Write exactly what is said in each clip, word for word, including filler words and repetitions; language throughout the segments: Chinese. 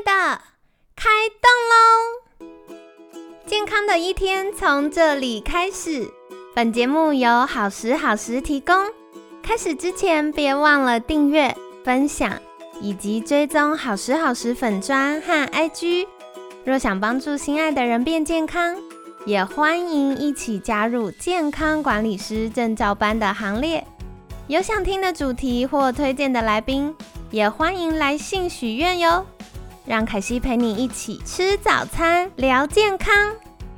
的，开动喽！健康的一天从这里开始。本节目由好时好时提供。开始之前，别忘了订阅、分享以及追踪好时好时粉专和 I G。若想帮助心爱的人变健康，也欢迎一起加入健康管理师证照班的行列。有想听的主题或推荐的来宾，也欢迎来信许愿哟。让凯西陪你一起吃早餐，聊健康。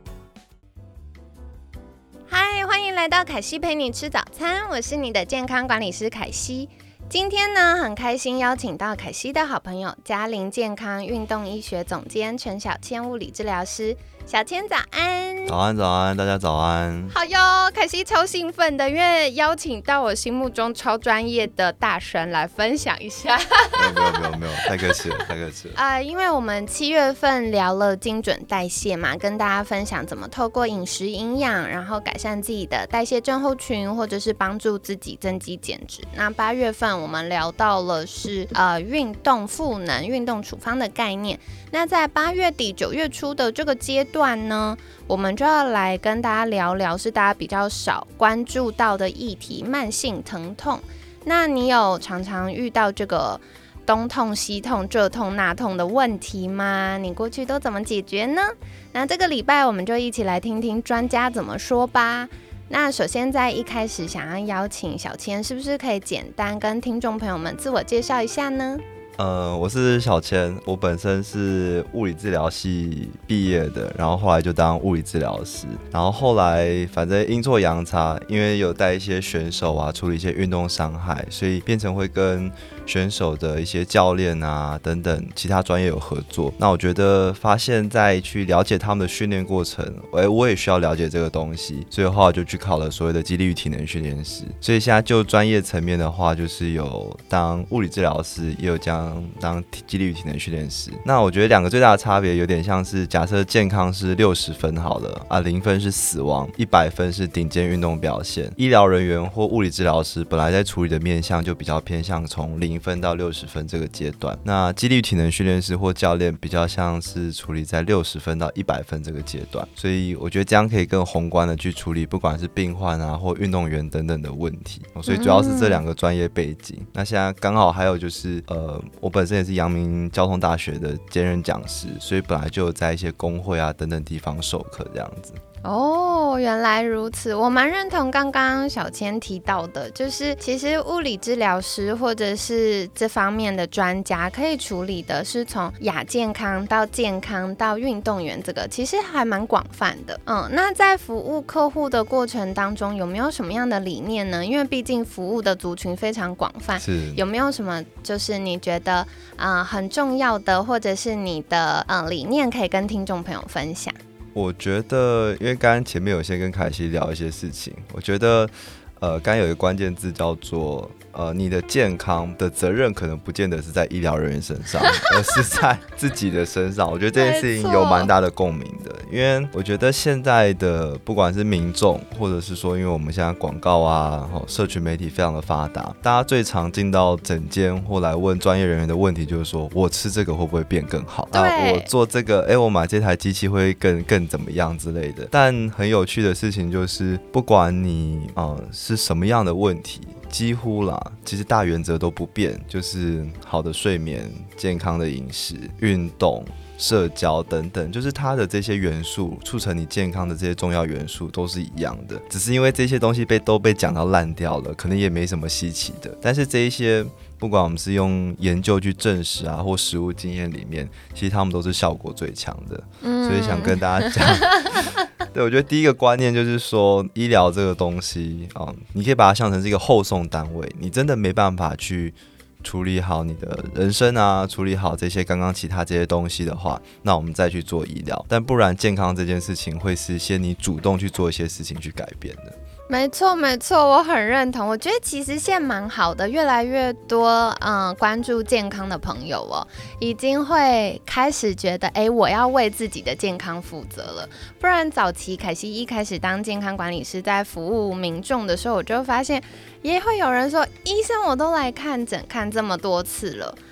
嗨，欢迎来到凯西陪你吃早餐，我是你的健康管理师凯西。今天呢，很开心邀请到凯西的好朋友，嘉陵健康运动医学总监陈小千物理治疗师。小千早安。 早安早安，大家早安。 好哟，凯西超兴奋的，因为邀请到我心目中超专业的大神来分享一下。 没有没有没有没有，太客气了太客气了。 呃，因为我们七月份聊了精准代谢嘛，跟大家分享怎么透过饮食营养，然后改善自己的代谢症候群，或者是帮助自己增肌减脂。那八月份我们聊到了是呃运动赋能、运动处方的概念。那在八月底九月初的这个阶段呢，我们就要来跟大家聊聊是大家比较少关注到的议题——慢性疼痛。那你有常常遇到这个东痛西痛这痛那痛的问题吗？你过去都怎么解决呢？那这个礼拜我们就一起来听听专家怎么说吧。那首先在一开始想要邀请小千，是不是可以简单跟听众朋友们自我介绍一下呢？ 呃，我是小千，我本身是物理治疗系毕业的，然后后来就当物理治疗师，然后后来反正阴错阳差，因为有带一些选手啊，处理一些运动伤害，所以变成会跟选手的一些教练啊等等其他专业有合作。那我觉得发现在去了解他们的训练过程，哎，我也需要了解这个东西，所以后来就去考了所谓的肌力与体能训练师。所以现在就专业层面的话，就是有当物理治疗师，也有将当肌力与体能训练师。那我觉得两个最大的差别有点像是，假设健康是六十分好了啊，零分是死亡，一百分是顶尖运动表现。医疗人员或物理治疗师本来在处理的面向就比较偏向从零分到六十分这个阶段，那肌力与体能训练师或教练比较像是处理在六十分到一百分这个阶段。所以我觉得这样可以更宏观的去处理不管是病患啊或运动员等等的问题。所以主要是这两个专业背景。嗯、那现在刚好还有就是呃，我本身也是阳明交通大学的兼任讲师，所以本来就有在一些工会啊等等地方授课这样子。 哦，原来如此，我蛮认同刚刚小千提到的，就是其实物理治疗师或者是这方面的专家可以处理的是从亚健康到健康到运动员，这个其实还蛮广泛的。嗯，那在服务客户的过程当中，有没有什么样的理念呢？因为毕竟服务的族群非常广泛， 是有没有什么就是你觉得、呃、很重要的，或者是你的、呃、理念可以跟听众朋友分享？ 我觉得，因为刚刚前面有先跟凯西聊一些事情，我觉得，呃，刚刚有一个关键字叫做，呃，你的健康的责任可能不见得是在医疗人员身上，而是在自己的身上。我觉得这件事情有蛮大的共鸣的，因为我觉得现在的不管是民众，或者是说，因为我们现在广告啊、社群媒体非常的发达，大家最常进到诊间或来问专业人员的问题就是说，我吃这个会不会变更好？啊，我做这个，哎，我买这台机器会更更怎么样之类的。但很有趣的事情就是，不管你呃是什么样的问题，几乎啦，其实大原则都不变，就是好的睡眠、健康的饮食、运动、社交等等，就是它的这些元素促成你健康的这些重要元素都是一样的，只是因为这些东西被都被讲到烂掉了，可能也没什么稀奇的。但是这一些不管我们是用研究去证实啊，或实务经验里面，其实他们都是效果最强的。嗯，所以想跟大家讲。对，我觉得第一个观念就是说，医疗这个东西啊、嗯，你可以把它想成是一个后送单位。你真的没办法去处理好你的人生啊，处理好这些刚刚其他这些东西的话，那我们再去做医疗。但不然，健康这件事情会是先你主动去做一些事情去改变的。 没错没错，我很认同。我觉得其实现在蛮好的，越来越多嗯关注健康的朋友哦，已经会开始觉得，哎，我要为自己的健康负责了。不然早期凯西一开始当健康管理师，在服务民众的时候，我就发现也会有人说，医生我都来看诊看这么多次了，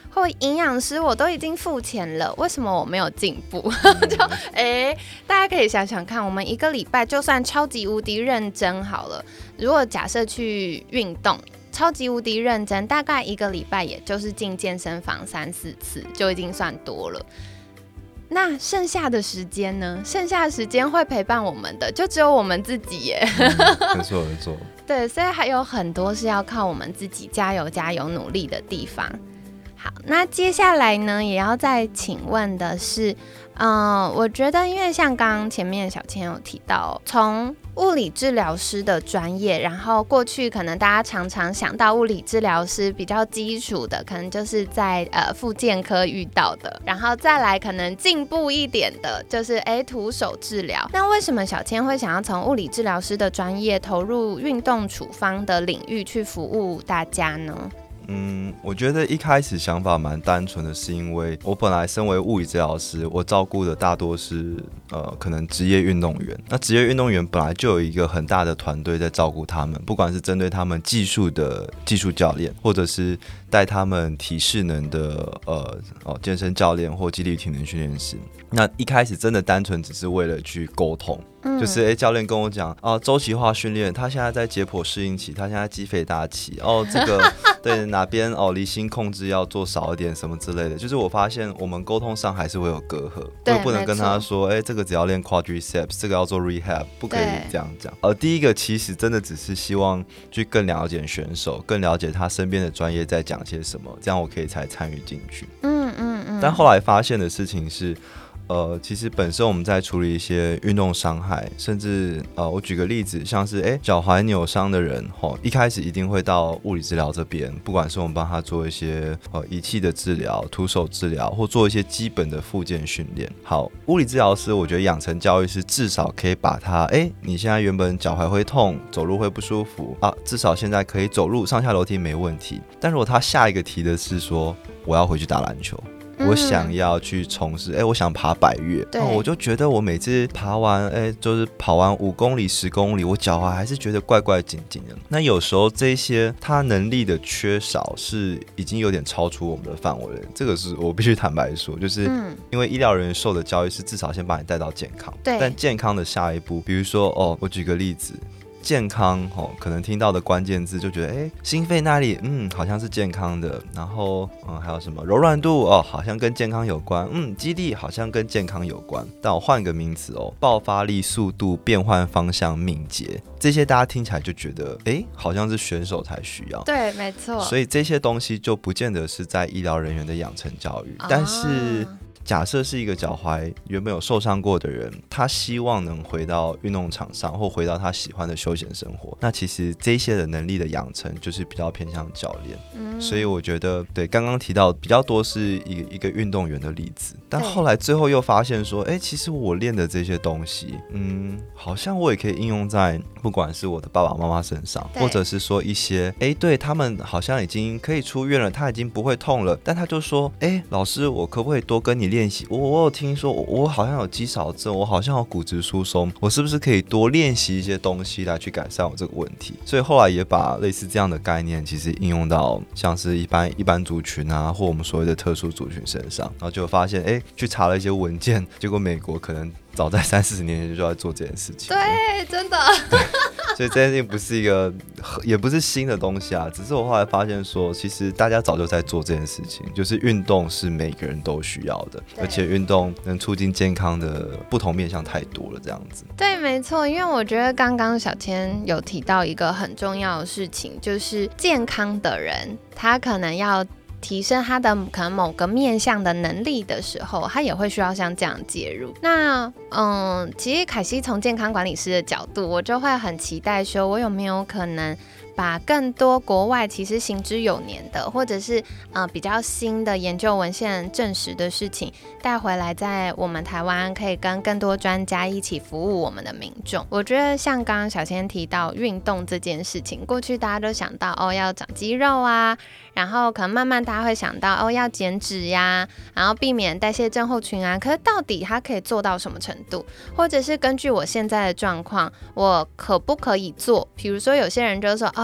或营养师我都已经付钱了，为什么我没有进步？就哎、欸，大家可以想想看，我们一个礼拜就算超级无敌认真好了，如果假设去运动，超级无敌认真，大概一个礼拜也就是进健身房三四次，就已经算多了。那剩下的时间呢？剩下的时间会陪伴我们的，就只有我们自己耶。 嗯、没错没错。 对，所以还有很多是要靠我们自己加油加油努力的地方。好，那接下来呢，也要再请问的是，嗯、呃，我觉得因为像刚刚前面小千有提到，从物理治疗师的专业，然后过去可能大家常常想到物理治疗师比较基础的，可能就是在呃复健科遇到的，然后再来可能进步一点的，就是哎徒手治疗。那为什么小千会想要从物理治疗师的专业投入运动处方的领域去服务大家呢？ 嗯，我觉得一开始想法蛮单纯的，是因为我本来身为物理治疗师，我照顾的大多是呃可能职业运动员。那职业运动员本来就有一个很大的团队在照顾他们，不管是针对他们技术的技术教练，或者是带他们体适能的呃哦健身教练或肌力体能训练师。那一开始真的单纯只是为了去沟通。就是哎，教练跟我讲哦，周期化训练，他现在在解剖适应期，他现在肌肥大期，哦，这个对哪边哦离心控制要做少一点什么之类的。就是我发现我们沟通上还是会有隔阂，我不能跟他说，哎，这个只要练 quadriceps， 这个要做 rehab， 不可以这样讲。而第一个其实真的只是希望去更了解选手，更了解他身边的专业在讲些什么，这样我可以才参与进去。嗯嗯嗯。但后来发现的事情是。呃，其实本身我们在处理一些运动伤害，甚至呃，我举个例子，像是哎脚踝扭伤的人，吼，一开始一定会到物理治疗这边，不管是我们帮他做一些呃仪器的治疗、徒手治疗，或做一些基本的复健训练。好，物理治疗师我觉得养成教育是至少可以把他，哎，你现在原本脚踝会痛，走路会不舒服啊，至少现在可以走路上下楼梯没问题。但如果他下一个提的是说我要回去打篮球。我想要去从事，哎、欸，我想爬百岳，那、哦、我就觉得我每次爬完，哎、欸，就是跑完五公里、十公里，我脚踝还是觉得怪怪紧紧的。那有时候这些他能力的缺少是已经有点超出我们的范围了。这个是我必须坦白说，就是因为医疗人员受的教育是至少先把你带到健康，但健康的下一步，比如说，哦，我举个例子。健康、哦、可能听到的关键字就觉得，哎，心肺耐力，嗯，好像是健康的。然后，嗯，还有什么柔软度哦，好像跟健康有关。嗯，肌力好像跟健康有关。但我换个名词哦，爆发力、速度、变换方向、敏捷，这些大家听起来就觉得，哎，好像是选手才需要。 对，没错。 所以这些东西就不见得是在医疗人员的养成教育，啊、但是。假设是一个脚踝原本有受伤过的人，他希望能回到运动场上或回到他喜欢的休闲生活，那其实这些的能力的养成就是比较偏向教练、嗯、所以我觉得对刚刚提到比较多是一个一个运动员的例子，但后来最后又发现说，哎，其实我练的这些东西嗯，好像我也可以应用在不管是我的爸爸妈妈身上，或者是说一些哎，对他们好像已经可以出院了，他已经不会痛了，但他就说，哎，老师我可不可以多跟你练练习，我我有听说 我, 我好像有肌少症，我好像有骨质疏松，我是不是可以多练习一些东西来去改善我这个问题？所以后来也把类似这样的概念其实应用到像是一般一般族群啊，或我们所谓的特殊族群身上，然后就发现哎，去查了一些文件，结果美国可能早在三四十年前就在做这件事情。 对，真的。 所以这件事情不是一个，也不是新的东西啊，只是我后来发现说，其实大家早就在做这件事情，就是运动是每个人都需要的，而且运动能促进健康的不同面向太多了，这样子。 对，没错，因为我觉得刚刚小千有提到一个很重要的事情，就是健康的人，他可能要提升他的可能某个面向的能力的时候，他也会需要像这样介入。那嗯，其实凯西从健康管理师的角度，我就会很期待说，我有没有可能把更多国外其实行之有年的，或者是呃比较新的研究文献证实的事情带回来，在我们台湾可以跟更多专家一起服务我们的民众。我觉得像刚刚小千提到运动这件事情，过去大家都想到哦要长肌肉啊，然后可能慢慢大家会想到哦要减脂呀，然后避免代谢症候群啊，可是到底它可以做到什么程度？或者是根据我现在的状况，我可不可以做？比如说有些人就说哦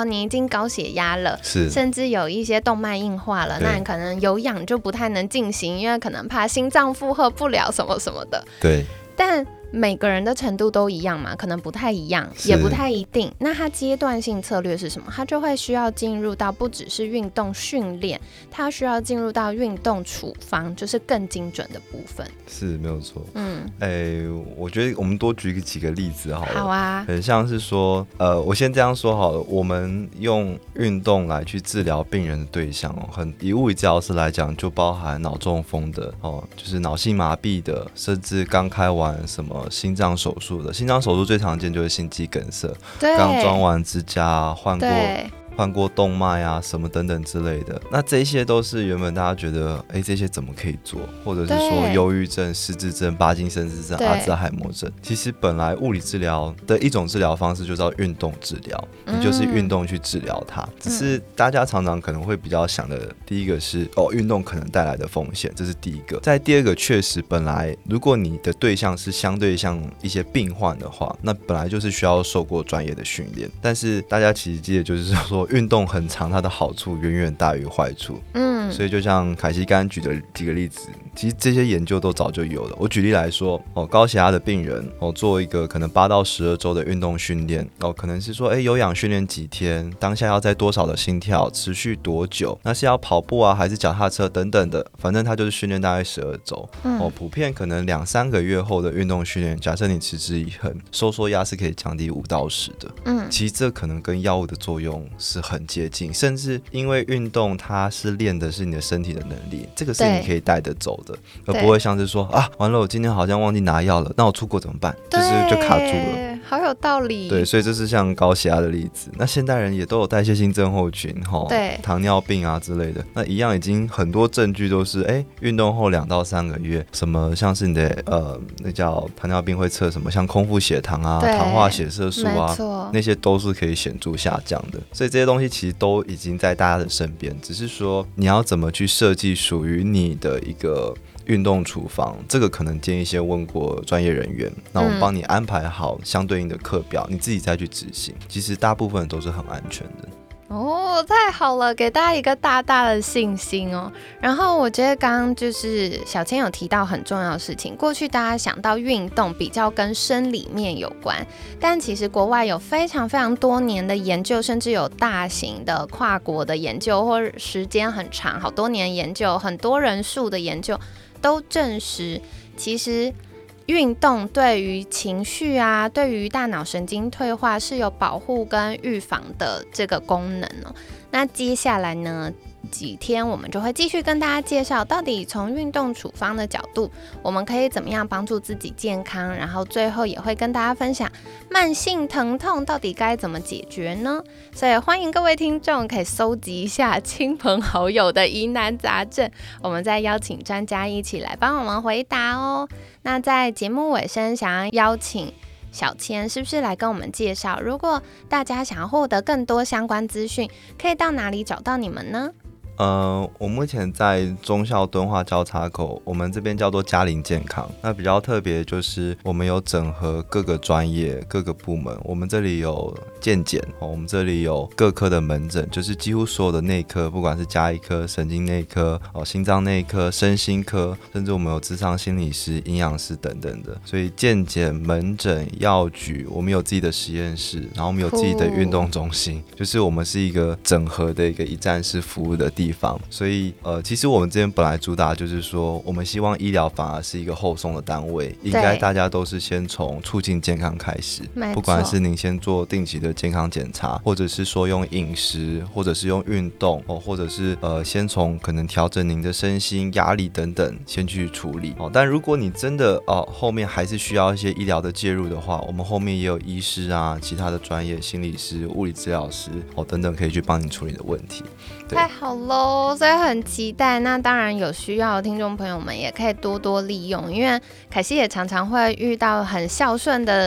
哦，你已经高血压了， 是甚至有一些动脉硬化了，那你可能有氧就不太能进行，因为可能怕心脏负荷不了什么什么的。 对， 但每个人的程度都一样嘛，可能不太一样，也不太一定。那它阶段性策略是什么？它就会需要进入到不只是运动训练，它需要进入到运动处方，就是更精准的部分。 是没有错。 嗯， 哎、欸，我觉得我们多举几个例子好了。 好啊。 很像是说，呃，我先这样说好了，我们用运动来去治疗病人的对象哦，很以物理治疗师来讲，就包含脑中风的哦，就是脑性麻痹的，甚至刚开完什么心脏手术的。心脏手术最常见就是心肌梗塞，刚装完支架，换过换过动脉啊，什么等等之类的。那这些都是原本大家觉得，哎、欸，这些怎么可以做？或者是说忧郁症、失智症、帕金森氏症、阿兹海默症。其实本来物理治疗的一种治疗方式就叫运动治疗，你就是运动去治疗它。嗯、只是大家常常可能会比较想的，第一个是哦，运动可能带来的风险，这是第一个。再第二个，确实本来如果你的对象是相对像一些病患的话，那本来就是需要受过专业的训练。但是大家其实记得就是说，运动很长，它的好处远远大于坏处。嗯，所以就像凯西刚刚举的几个例子，其实这些研究都早就有了。我举例来说，哦，高血压的病人，哦，做一个可能八到十二周的运动训练，哦，可能是说，哎，有氧训练几天，当下要在多少的心跳，持续多久，那是要跑步啊，还是脚踏车等等的，反正它就是训练大概十二周。嗯，哦，普遍可能两三个月后的运动训练，假设你持之以恒，收缩压是可以降低五到十的。嗯，其实这可能跟药物的作用是很接近，甚至因为运动它是练的是你的身体的能力，这个是你可以带得走的，而不会像是说啊，完了我今天好像忘记拿药了，那我出国怎么办？就是就卡住了。 好有道理。 对，所以这是像高血压的例子。那现代人也都有代谢性症候群，对，糖尿病啊之类的，那一样已经很多证据都是，哎，运动后两到三个月，什么像是你的呃，那叫糖尿病会测什么，像空腹血糖啊、糖化血色素啊，那些都是可以显著下降的。所以这些东西其实都已经在大家的身边，只是说你要怎么去设计属于你的一个运动处方，这个可能建议先问过专业人员，那我们帮你安排好相对应的课表，嗯、你自己再去执行。其实大部分都是很安全的。 哦，太好了，给大家一个大大的信心哦。然后我觉得刚刚就是小千有提到很重要的事情，过去大家想到运动比较跟生理面有关，但其实国外有非常非常多年的研究，甚至有大型的跨国的研究，或时间很长，好多年研究，很多人数的研究都证实，其实运动对于情绪啊，对于大脑神经退化是有保护跟预防的这个功能哦。那接下来呢，几天我们就会继续跟大家介绍，到底从运动处方的角度，我们可以怎么样帮助自己健康，然后最后也会跟大家分享慢性疼痛到底该怎么解决呢？所以欢迎各位听众可以搜集一下亲朋好友的疑难杂症，我们再邀请专家一起来帮我们回答哦。那在节目尾声，想要邀请小千是不是来跟我们介绍，如果大家想要获得更多相关资讯，可以到哪里找到你们呢？ 呃，我目前在忠孝敦化交叉口，我们这边叫做嘉陵健康。那比较特别就是我们有整合各个专业、各个部门。我们这里有健检，哦，我们这里有各科的门诊，就是几乎所有的内科，不管是家医科、神经内科、哦、心脏内科、身心科，甚至我们有諮商心理师、营养师等等的。所以健检、门诊、药局，我们有自己的实验室，然后我们有自己的运动中心，就是我们是一个整合的一个一站式服务的地方。地方，所以呃，其实我们这边本来主打就是说，我们希望医疗反而是一个后送的单位，应该大家都是先从促进健康开始，不管是您先做定期的健康检查，或者是说用饮食，或者是用运动，哦，或者是呃，先从可能调整您的身心压力等等先去处理哦。但如果你真的哦、呃、后面还是需要一些医疗的介入的话，我们后面也有医师啊，其他的专业心理师、物理治疗师哦等等可以去帮你处理的问题。 太好喽，所以很期待。那当然有需要的听众朋友们也可以多多利用，因为凯西也常常会遇到很孝顺的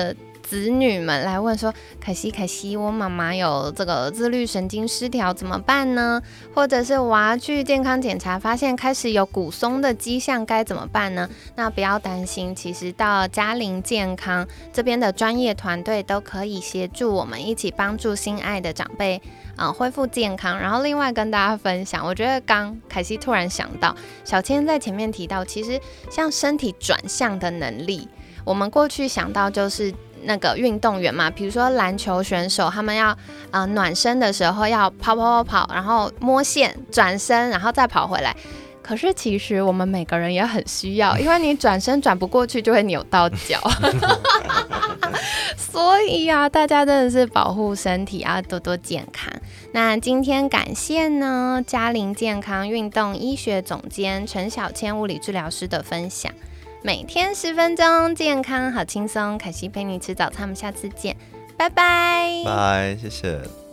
子女们来问说，凯西凯西，我妈妈有这个自律神经失调怎么办呢？或者是我要去健康检查，发现开始有骨松的迹象，该怎么办呢？那不要担心，其实到嘉陵健康这边的专业团队都可以协助我们一起帮助心爱的长辈呃，恢复健康。然后另外跟大家分享，我觉得刚凯西突然想到，小千在前面提到，其实像身体转向的能力，我们过去想到就是那个运动员嘛，比如说篮球选手，他们要呃暖身的时候要跑跑跑跑，然后摸线转身，然后再跑回来。可是其实我们每个人也很需要，因为你转身转不过去就会扭到脚。所以啊，大家真的是保护身体，要多多健康。那今天感谢呢嘉陵健康运动医学总监陈小千物理治疗师的分享。每天十分钟，健康好轻松。凯西陪你吃早餐，我们下次见，拜拜。 拜，谢谢。